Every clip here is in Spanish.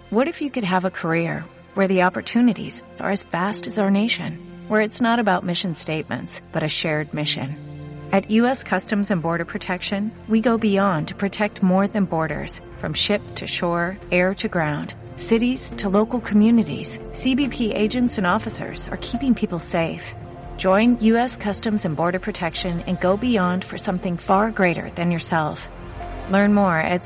What if you could have a career where the opportunities are as vast as our nation, where it's not about mission statements, but a shared mission? At U.S. Customs and Border Protection, we go beyond to protect more than borders, from ship to shore, air to ground, cities to local communities. CBP agents and officers are keeping people safe. Join U.S. Customs and Border Protection and go beyond for something far greater than yourself. Learn more at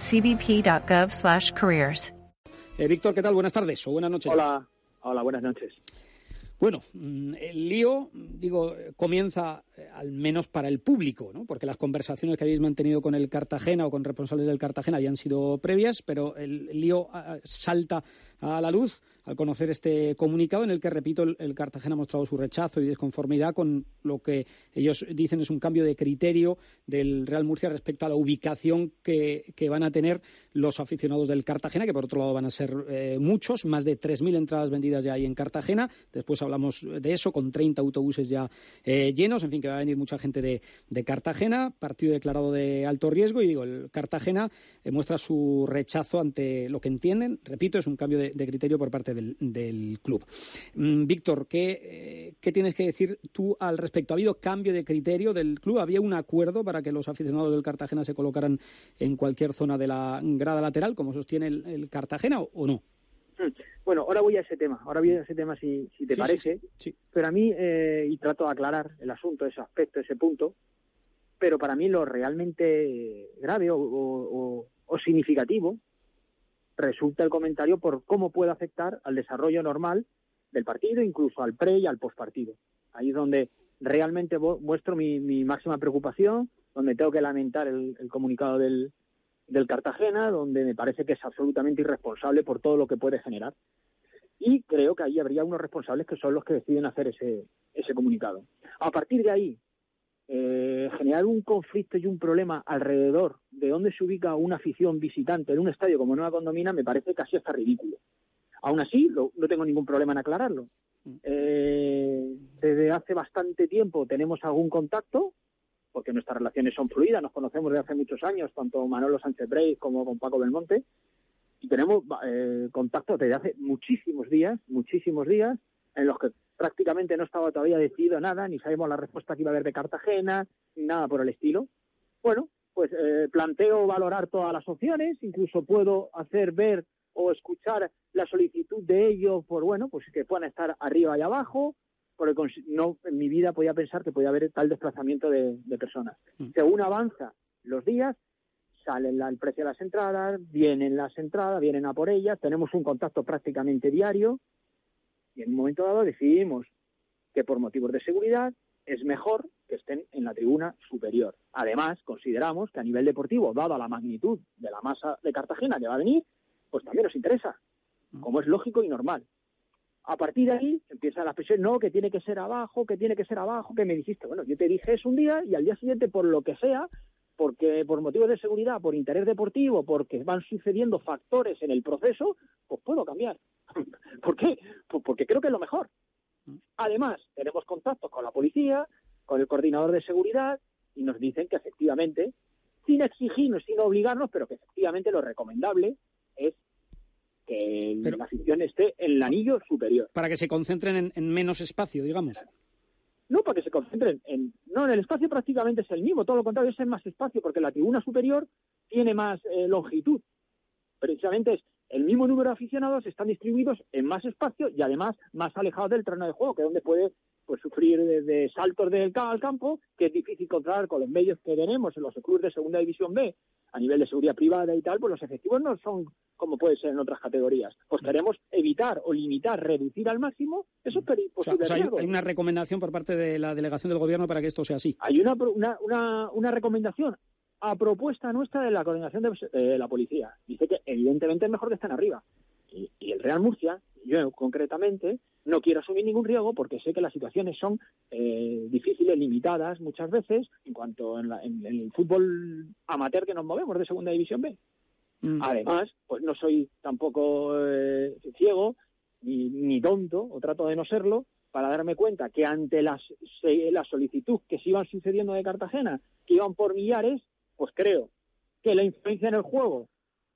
cbp.gov/careers. Víctor, ¿qué tal? Buenas tardes o buenas noches. Hola, buenas noches. Bueno, el lío, comienza al menos para el público, ¿no? Porque las conversaciones que habéis mantenido con el Cartagena o con responsables del Cartagena habían sido previas, pero el lío salta a la luz al conocer este comunicado en el que, repito, el Cartagena ha mostrado su rechazo y desconformidad con lo que ellos dicen es un cambio de criterio del Real Murcia respecto a la ubicación que van a tener los aficionados del Cartagena, que por otro lado van a ser muchos, más de 3.000 entradas vendidas ya hay en Cartagena. Después hablamos de eso, con 30 autobuses ya llenos, en fin, que va a venir mucha gente de Cartagena, partido declarado de alto riesgo, y el Cartagena muestra su rechazo ante lo que entienden, repito, es un cambio de criterio por parte del club. Víctor, ¿qué tienes que decir tú al respecto? ¿Ha habido cambio de criterio del club? ¿Había un acuerdo para que los aficionados del Cartagena se colocaran en cualquier zona de la grada lateral, como sostiene el Cartagena, o no? Bueno, ahora voy a ese tema si te parece. Sí. Pero a mí, y trato de aclarar el asunto, ese aspecto, ese punto, pero para mí lo realmente grave o significativo resulta el comentario por cómo puede afectar al desarrollo normal del partido, incluso al pre y al postpartido. Ahí es donde realmente muestro mi máxima preocupación, donde tengo que lamentar el comunicado del Cartagena, donde me parece que es absolutamente irresponsable por todo lo que puede generar. Y creo que ahí habría unos responsables que son los que deciden hacer ese comunicado. A partir de ahí, generar un conflicto y un problema alrededor de dónde se ubica una afición visitante en un estadio como Nueva Condomina me parece casi hasta ridículo. Aún así, no tengo ningún problema en aclararlo. Desde hace bastante tiempo tenemos algún contacto, porque nuestras relaciones son fluidas, nos conocemos desde hace muchos años, tanto Manolo Sánchez Breis como con Paco Belmonte, y tenemos contacto desde hace muchísimos días, en los que prácticamente no estaba todavía decidido nada, ni sabemos la respuesta que iba a haber de Cartagena, ni nada por el estilo. Bueno, pues planteo valorar todas las opciones, incluso puedo hacer ver o escuchar la solicitud de ellos por, pues que puedan estar arriba y abajo, porque no en mi vida podía pensar que podía haber tal desplazamiento de personas. Según avanza los días, salen el precio de las entradas, vienen a por ellas, tenemos un contacto prácticamente diario, y en un momento dado decidimos que por motivos de seguridad es mejor que estén en la tribuna superior. Además, consideramos que a nivel deportivo, dada la magnitud de la masa de Cartagena que va a venir, pues también nos interesa, como es lógico y normal. A partir de ahí empieza la presión, que tiene que ser abajo, que me dijiste. Bueno, yo te dije eso un día y al día siguiente, por lo que sea, porque por motivos de seguridad, por interés deportivo, porque van sucediendo factores en el proceso, pues puedo cambiar. ¿Por qué? Pues porque creo que es lo mejor. Además, tenemos contactos con la policía, con el coordinador de seguridad, y nos dicen que efectivamente, sin exigirnos, sin obligarnos, pero que efectivamente lo recomendable es que la afición esté en el anillo superior. Para que se concentren en menos espacio, digamos. No, para que se concentren No, en el espacio prácticamente es el mismo, todo lo contrario, es en más espacio, porque la tribuna superior tiene más longitud. Precisamente es el mismo número de aficionados, están distribuidos en más espacio y además más alejados del terreno de juego, que es donde puede sufrir de saltos al campo, que es difícil controlar con los medios que tenemos en los clubes de segunda división B, a nivel de seguridad privada y tal, pues los efectivos no son como puede ser en otras categorías. Pues queremos evitar o limitar, reducir al máximo esos posibles riesgos. Hay una recomendación por parte de la delegación del gobierno para que esto sea así. Hay una recomendación a propuesta nuestra de la coordinación de la policía. Dice que evidentemente es mejor que estén arriba. Y el Real Murcia, yo concretamente, no quiero asumir ningún riesgo porque sé que las situaciones son difíciles, limitadas muchas veces, en cuanto en el fútbol amateur que nos movemos de segunda división B. Además, pues no soy tampoco ciego ni tonto, o trato de no serlo, para darme cuenta que ante la solicitud que se iban sucediendo de Cartagena, que iban por millares, pues creo que la influencia en el juego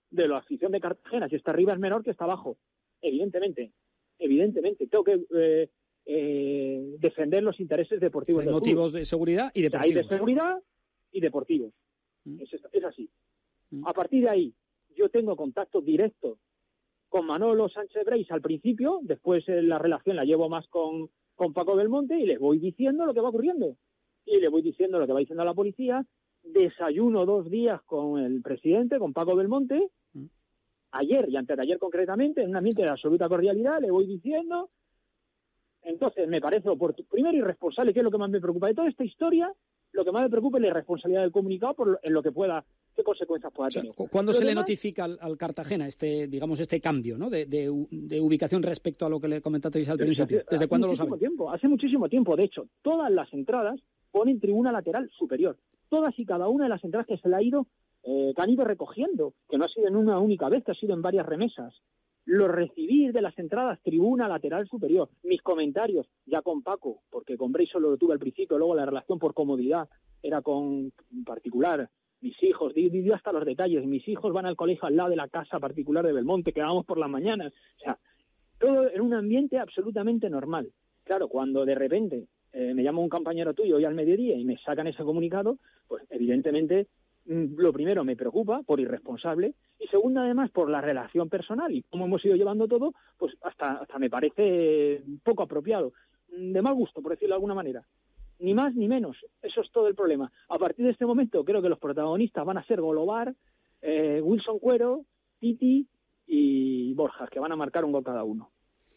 de la afición de Cartagena, si está arriba es menor que está abajo. Evidentemente. Tengo que defender los intereses deportivos del motivos club. de seguridad y deportivos. Hay de seguridad y deportivos. Es así. A partir de ahí, yo tengo contacto directo con Manolo Sánchez Breis al principio, después la relación la llevo más con Paco Belmonte y les voy diciendo lo que va ocurriendo. Y le voy diciendo lo que va diciendo la policía. Desayuno 2 días con el presidente, con Paco Belmonte, ayer y antes de ayer concretamente, en un ambiente de absoluta cordialidad, le voy diciendo. Entonces, me parece primero irresponsable, que es lo que más me preocupa de toda esta historia. Lo que más me preocupa es la irresponsabilidad del comunicado en lo que pueda, qué consecuencias pueda tener. ¿Cuándo se le notifica al Cartagena este cambio, ¿no? de ubicación respecto a lo que le comentasteis al principio? ¿Desde cuándo lo saben? Hace muchísimo tiempo. De hecho, todas las entradas ponen tribuna lateral superior. Todas y cada una de las entradas que se le ha ido, que han ido recogiendo, que no ha sido en una única vez, que ha sido en varias remesas. Lo recibí de las entradas, tribuna lateral superior. Mis comentarios, ya con Paco, porque con Bray solo lo tuve al principio, luego la relación por comodidad era con particular. Mis hijos, di hasta los detalles, mis hijos van al colegio al lado de la casa particular de Belmonte, que vamos por las mañanas. O sea, todo en un ambiente absolutamente normal. Claro, cuando de repente me llama un compañero tuyo hoy al mediodía y me sacan ese comunicado, pues evidentemente lo primero me preocupa por irresponsable y segundo además por la relación personal y cómo hemos ido llevando todo, pues hasta me parece poco apropiado, de mal gusto, por decirlo de alguna manera. Ni más ni menos, eso es todo el problema. A partir de este momento creo que los protagonistas van a ser Golobar, Wilson Cuero, Titi y Borjas, que van a marcar un gol cada uno.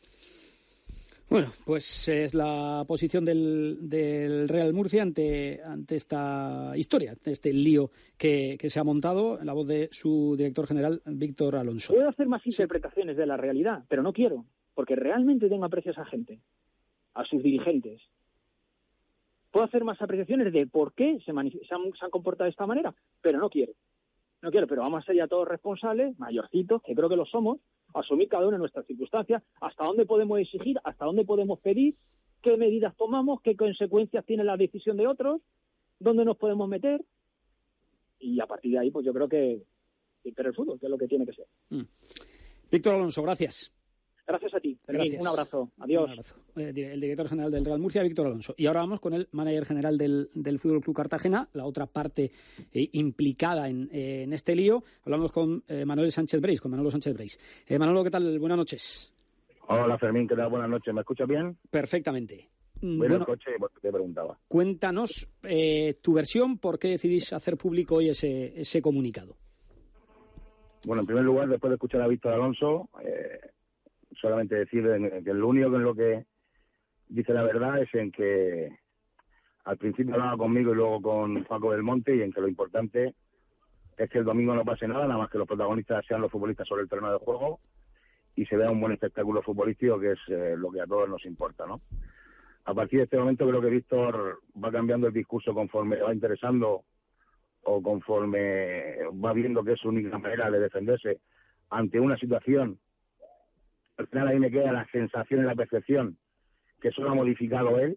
Bueno, pues es la posición del Real Murcia ante esta historia, este lío que se ha montado, en la voz de su director general, Víctor Alonso. Puedo hacer más interpretaciones de la realidad, pero no quiero, porque realmente tengo aprecio a esa gente, a sus dirigentes. Puedo hacer más apreciaciones de por qué se han comportado de esta manera, pero no quiero, pero vamos a ser ya todos responsables, mayorcitos, que creo que lo somos, asumir cada uno de nuestras circunstancias, hasta dónde podemos exigir, hasta dónde podemos pedir, qué medidas tomamos, qué consecuencias tiene la decisión de otros, dónde nos podemos meter, y a partir de ahí pues yo creo que pero el fútbol, que es lo que tiene que ser. Víctor Alonso, gracias. Gracias a ti. Gracias. Un abrazo. Adiós. Un abrazo. El director general del Real Murcia, Víctor Alonso. Y ahora vamos con el manager general del Fútbol Club Cartagena, la otra parte implicada en este lío. Hablamos con Manolo Sánchez Breis. Manolo, ¿qué tal? Buenas noches. Hola, Fermín, ¿qué tal? Buenas noches. ¿Me escuchas bien? Perfectamente. Bueno, el coche te preguntaba. Cuéntanos tu versión, ¿por qué decidís hacer público hoy ese comunicado? Bueno, en primer lugar, después de escuchar a Víctor Alonso, solamente decir que lo único en lo que dice la verdad es en que al principio hablaba conmigo y luego con Paco Belmonte, y en que lo importante es que el domingo no pase nada más que los protagonistas sean los futbolistas sobre el terreno de juego y se vea un buen espectáculo futbolístico, que es lo que a todos nos importa, ¿no? A partir de este momento creo que Víctor va cambiando el discurso conforme va interesando o conforme va viendo que es su única manera de defenderse ante una situación. Al final ahí me queda la sensación y la percepción que solo ha modificado él,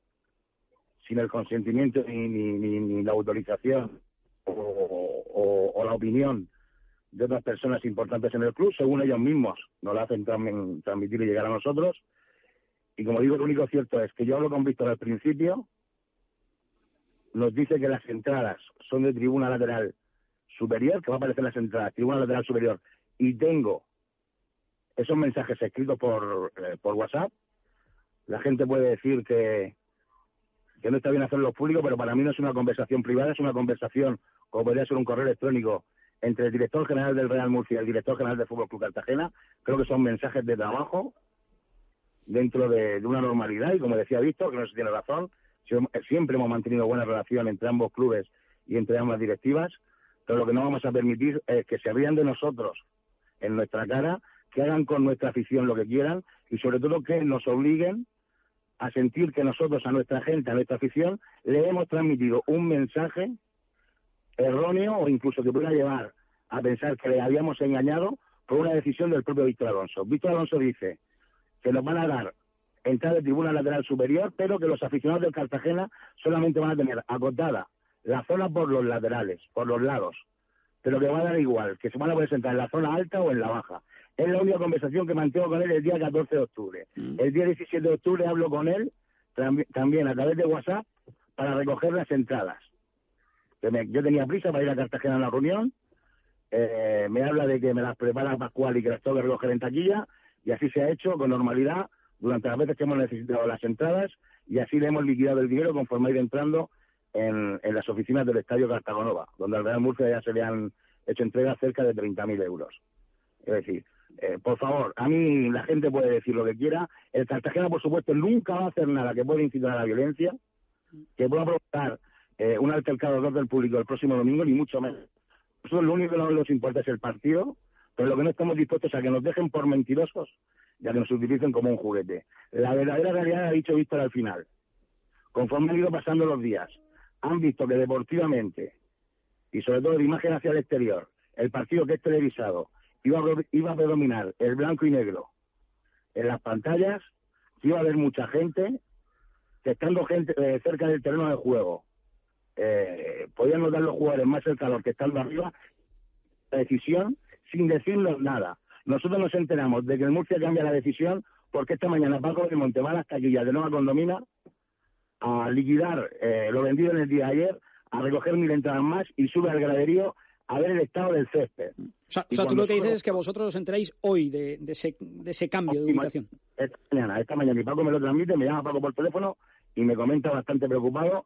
sin el consentimiento ni la autorización o la opinión de otras personas importantes en el club, según ellos mismos nos lo hacen transmitir y llegar a nosotros. Y como digo, lo único cierto es que yo hablo con Víctor al principio, nos dice que las entradas son de tribuna lateral superior, que va a aparecer en las entradas, tribuna lateral superior, y tengo esos mensajes escritos por WhatsApp. La gente puede decir que no está bien hacerlo público, pero para mí no es una conversación privada, es una conversación, como podría ser un correo electrónico, entre el director general del Real Murcia y el director general del Fútbol Club Cartagena. Creo que son mensajes de trabajo dentro de una normalidad, y como decía Víctor, que no sé si tiene razón, siempre hemos mantenido buena relación entre ambos clubes y entre ambas directivas, pero lo que no vamos a permitir es que se rían de nosotros en nuestra cara, que hagan con nuestra afición lo que quieran, y sobre todo que nos obliguen a sentir que nosotros a nuestra gente, a nuestra afición, le hemos transmitido un mensaje erróneo, o incluso que pueda llevar a pensar que le habíamos engañado por una decisión del propio Víctor Alonso. Víctor Alonso dice que nos van a dar entrada de tribuna lateral superior, pero que los aficionados del Cartagena solamente van a tener acotada la zona por los laterales, por los lados, pero que va a dar igual, que se van a poder sentar en la zona alta o en la baja. Es la única conversación que mantengo con él el día 14 de octubre. El día 17 de octubre hablo con él también a través de WhatsApp para recoger las entradas. Yo tenía prisa para ir a Cartagena a la reunión, me habla de que me las prepara Pascual y que las tengo que recoger en taquilla, y así se ha hecho con normalidad durante las veces que hemos necesitado las entradas, y así le hemos liquidado el dinero conforme ha ido entrando en las oficinas del Estadio Cartagonova, donde al Real Murcia ya se le han hecho entregas cerca de 30.000 euros. Es decir, por favor, a mí la gente puede decir lo que quiera. El Cartagena, por supuesto, nunca va a hacer nada que pueda incitar a la violencia, que pueda provocar un altercado del público el próximo domingo, ni mucho menos. Nosotros lo único que no nos importa es el partido, pero lo que no estamos dispuestos a que nos dejen por mentirosos y a que nos utilicen como un juguete. La verdadera realidad, ha dicho Víctor al final. Conforme han ido pasando los días, han visto que deportivamente, y sobre todo de imagen hacia el exterior, el partido que es televisado, iba a predominar el blanco y negro en las pantallas, que iba a haber mucha gente, que estando gente cerca del terreno de juego, podían notar los jugadores más el calor que estando arriba, la decisión sin decirnos nada. Nosotros nos enteramos de que el Murcia cambia la decisión porque esta mañana Paco de Monte va a las taquillas de Nueva Condomina a liquidar lo vendido en el día de ayer, a recoger 1.000 entradas más y sube al graderío a ver el estado del césped. O sea tú lo que dices es que vosotros os enteráis hoy de ese cambio de ubicación. Esta mañana, y Paco me lo transmite, me llama Paco por teléfono y me comenta bastante preocupado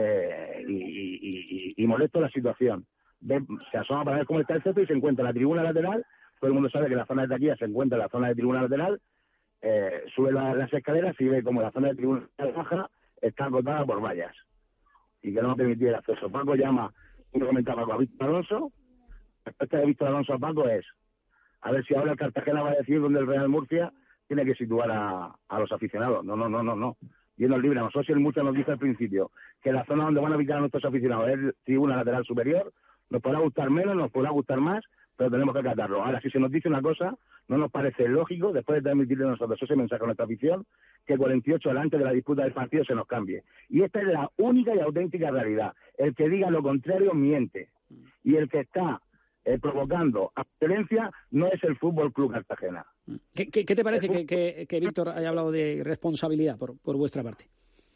y molesto la situación. Se asoma para ver cómo está el césped y se encuentra en la tribuna lateral. Todo el mundo sabe que la zona de taquilla se encuentra en la zona de tribuna lateral. Sube las escaleras y ve como la zona de tribuna baja está acotada por vallas y que no va a permitir el acceso. Paco llama, como comentaba Paco, a Víctor Alonso. La respuesta de Víctor Alonso a Paco es a ver si ahora el Cartagena va a decir dónde el Real Murcia tiene que situar a los aficionados. No. Y nos libre. Nosotros, si el Murcia nos dice al principio que la zona donde van a ubicar a nuestros aficionados es tribuna lateral superior, nos podrá gustar menos, nos podrá gustar más, pero tenemos que acatarlo. Ahora, si se nos dice una cosa, no nos parece lógico, después de transmitirle a nosotros ese mensaje a nuestra afición, que 48 horas antes de la disputa del partido se nos cambie. Y esta es la única y auténtica realidad. El que diga lo contrario miente. Y el que está provocando violencia no es el Fútbol Club Cartagena. ¿Qué te parece que Víctor haya hablado de responsabilidad por vuestra parte?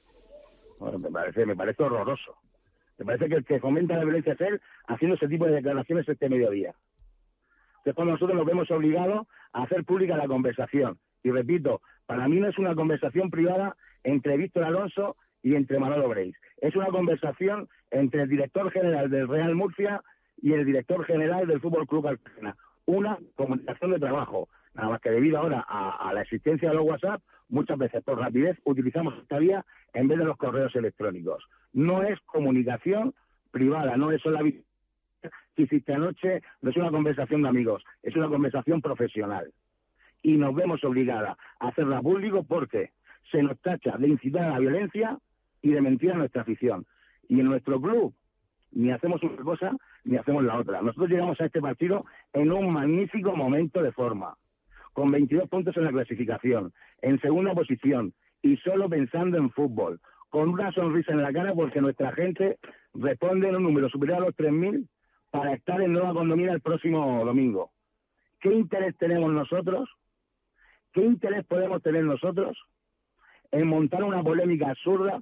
Bueno, me parece horroroso. Me parece que el que fomenta la violencia es él haciendo ese tipo de declaraciones este mediodía. Entonces, cuando nosotros nos vemos obligados a hacer pública la conversación. Y repito, para mí no es una conversación privada entre Víctor Alonso y entre Manolo Breis. Es una conversación entre el director general del Real Murcia y el director general del Fútbol Club Cartagena. Una comunicación de trabajo. Nada más que debido ahora a la existencia de los WhatsApp, muchas veces por rapidez utilizamos esta vía en vez de los correos electrónicos. No es comunicación privada, no es la que hiciste anoche, no es una conversación de amigos, es una conversación profesional. Y nos vemos obligadas a hacerla público porque se nos tacha de incitar a la violencia y de mentir a nuestra afición. Y en nuestro club ni hacemos una cosa ni hacemos la otra. Nosotros llegamos a este partido en un magnífico momento de forma, con 22 puntos en la clasificación, en segunda posición y solo pensando en fútbol, con una sonrisa en la cara porque nuestra gente responde en un número superior a los 3.000 para estar en Nueva Condomina el próximo domingo. ¿Qué interés tenemos nosotros? ¿Qué interés podemos tener nosotros en montar una polémica absurda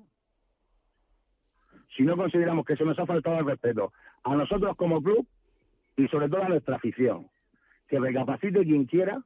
si no consideramos que se nos ha faltado el respeto a nosotros como club y sobre todo a nuestra afición? Que recapacite quien quiera,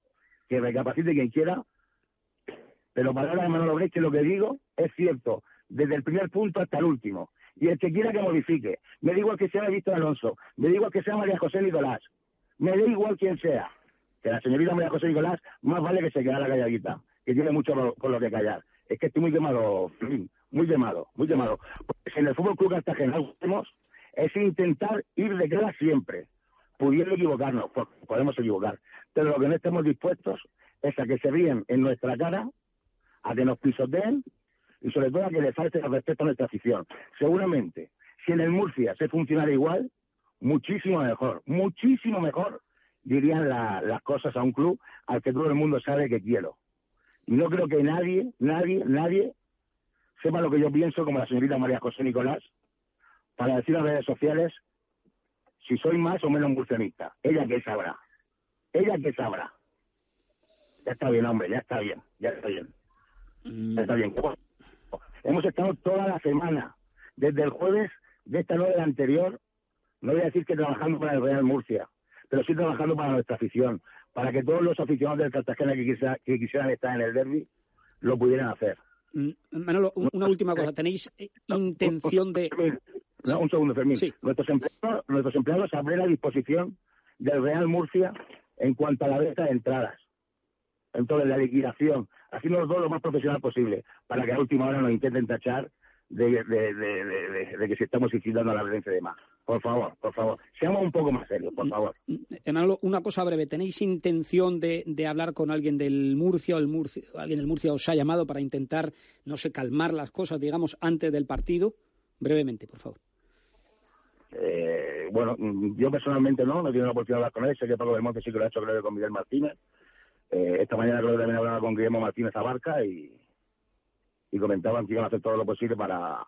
pero palabras de Manolo Breis, que lo que digo es cierto, desde el primer punto hasta el último. Y el que quiera que modifique, me da igual que sea Víctor Alonso, me da igual que sea María José Nicolás, me da igual quien sea, que la señorita María José Nicolás más vale que se quedara calladita, que tiene mucho con lo que callar. Es que estoy muy quemado, muy quemado. Porque si en el Fútbol Club Cartagena lo que hacemos es intentar ir de cara siempre, pudiendo equivocarnos, porque podemos equivocar, pero lo que no estemos dispuestos es a que se ríen en nuestra cara, a que nos pisoteen y sobre todo a que le falte el respeto a nuestra afición. Seguramente, si en el Murcia se funcionara igual, muchísimo mejor dirían las cosas a un club al que todo el mundo sabe que quiero. Y no creo que nadie sepa lo que yo pienso como la señorita María José Nicolás para decir en redes sociales si soy más o menos murcianista. Ella que sabrá. Ya está bien, hombre, ya está bien. Hemos estado toda la semana, desde el jueves de esta noche anterior, no voy a decir que trabajando para el Real Murcia, pero sí trabajando para nuestra afición, para que todos los aficionados del Cartagena que quisieran estar en el derbi lo pudieran hacer. Manolo, una última cosa. ¿Tenéis intención de...? No, un segundo, Fermín. Sí. Nuestros empleados sabrán a disposición del Real Murcia en cuanto a la venta de entradas. Entonces, la liquidación, haciendo todo lo más profesional posible, para que a última hora nos intenten tachar de que si estamos incitando a la violencia de más. Por favor, seamos un poco más serios, por favor. Manolo, una cosa breve. ¿Tenéis intención de hablar con alguien del Murcia, alguien del Murcia os ha llamado para intentar, no sé, calmar las cosas, digamos, antes del partido? Brevemente, por favor. Bueno, yo personalmente no he tenido la oportunidad de hablar con él. Sé que Paco Belmonte sí que lo ha hecho, creo que con Miguel Martínez. Esta mañana creo que también hablaba con Guillermo Martínez Abarca y comentaban que iban a hacer todo lo posible para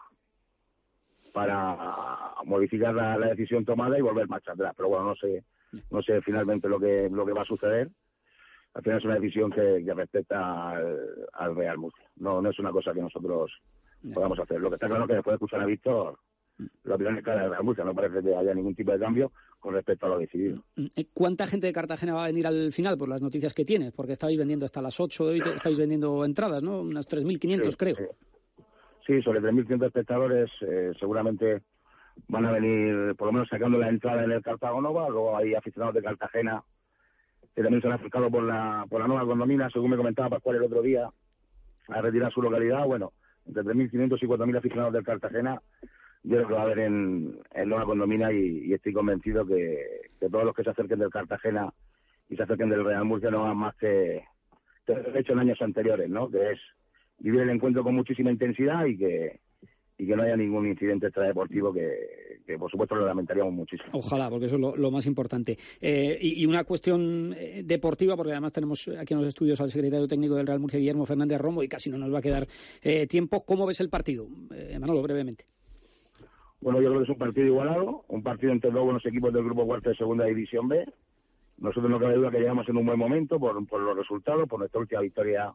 modificar la decisión tomada y volver marcha atrás. Pero bueno, no sé finalmente lo que va a suceder. Al final es una decisión que respecta al Real Murcia. No es una cosa que nosotros podamos hacer. Lo que está claro es que después de escuchar a Víctor, la opinión es clara del Real Murcia. No parece que haya ningún tipo de cambio con respecto a lo decidido. ¿Cuánta gente de Cartagena va a venir al final por las noticias que tienes? Porque estabais vendiendo hasta las 8, hoy estáis vendiendo entradas, ¿no? Unas 3.500, sí, creo. Sí, sobre 3.500 espectadores. Seguramente van a venir, por lo menos sacando la entrada en el Cartagonova. Luego hay aficionados de Cartagena que también se han acercado por la nueva condomina, según me comentaba Pascual el otro día, a retirar su localidad. Bueno, entre 3.500 y 4.000 aficionados del Cartagena, yo creo que va a haber en nueva condomina y estoy convencido que todos los que se acerquen del Cartagena y se acerquen del Real Murcia no hagan más que lo he hecho en años anteriores, ¿no? Que es vivir el encuentro con muchísima intensidad y que no haya ningún incidente extradeportivo que por supuesto lo lamentaríamos muchísimo. Ojalá, porque eso es lo más importante. Y una cuestión deportiva, porque además tenemos aquí en los estudios al secretario técnico del Real Murcia, Guillermo Fernández Romo, y casi no nos va a quedar tiempo. ¿Cómo ves el partido? Manolo, brevemente. Bueno, yo creo que es un partido igualado, un partido entre dos buenos equipos del Grupo Cuarto de Segunda División B. Nosotros no cabe duda que llegamos en un buen momento por los resultados, por nuestra última victoria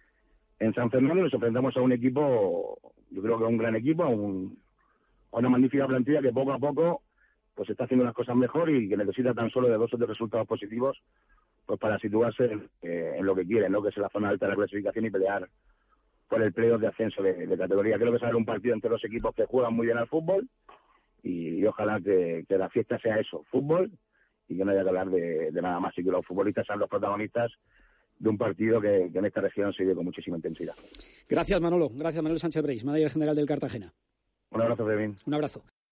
en San Fernando. Nos enfrentamos a un equipo, yo creo que a un gran equipo, a una magnífica plantilla que poco a poco pues está haciendo las cosas mejor y que necesita tan solo de 2 o 3 resultados positivos pues para situarse en lo que quiere, ¿no? Que es la zona alta de la clasificación y pelear por el playoff de ascenso de categoría. Creo que será un partido entre dos equipos que juegan muy bien al fútbol y ojalá que la fiesta sea eso, fútbol, y que no haya que hablar de nada más, y que los futbolistas sean los protagonistas de un partido que en esta región se vive con muchísima intensidad. Gracias, Manolo. Gracias, Manuel Sánchez Breis, manager general del Cartagena. Un abrazo, Fermín. Un abrazo.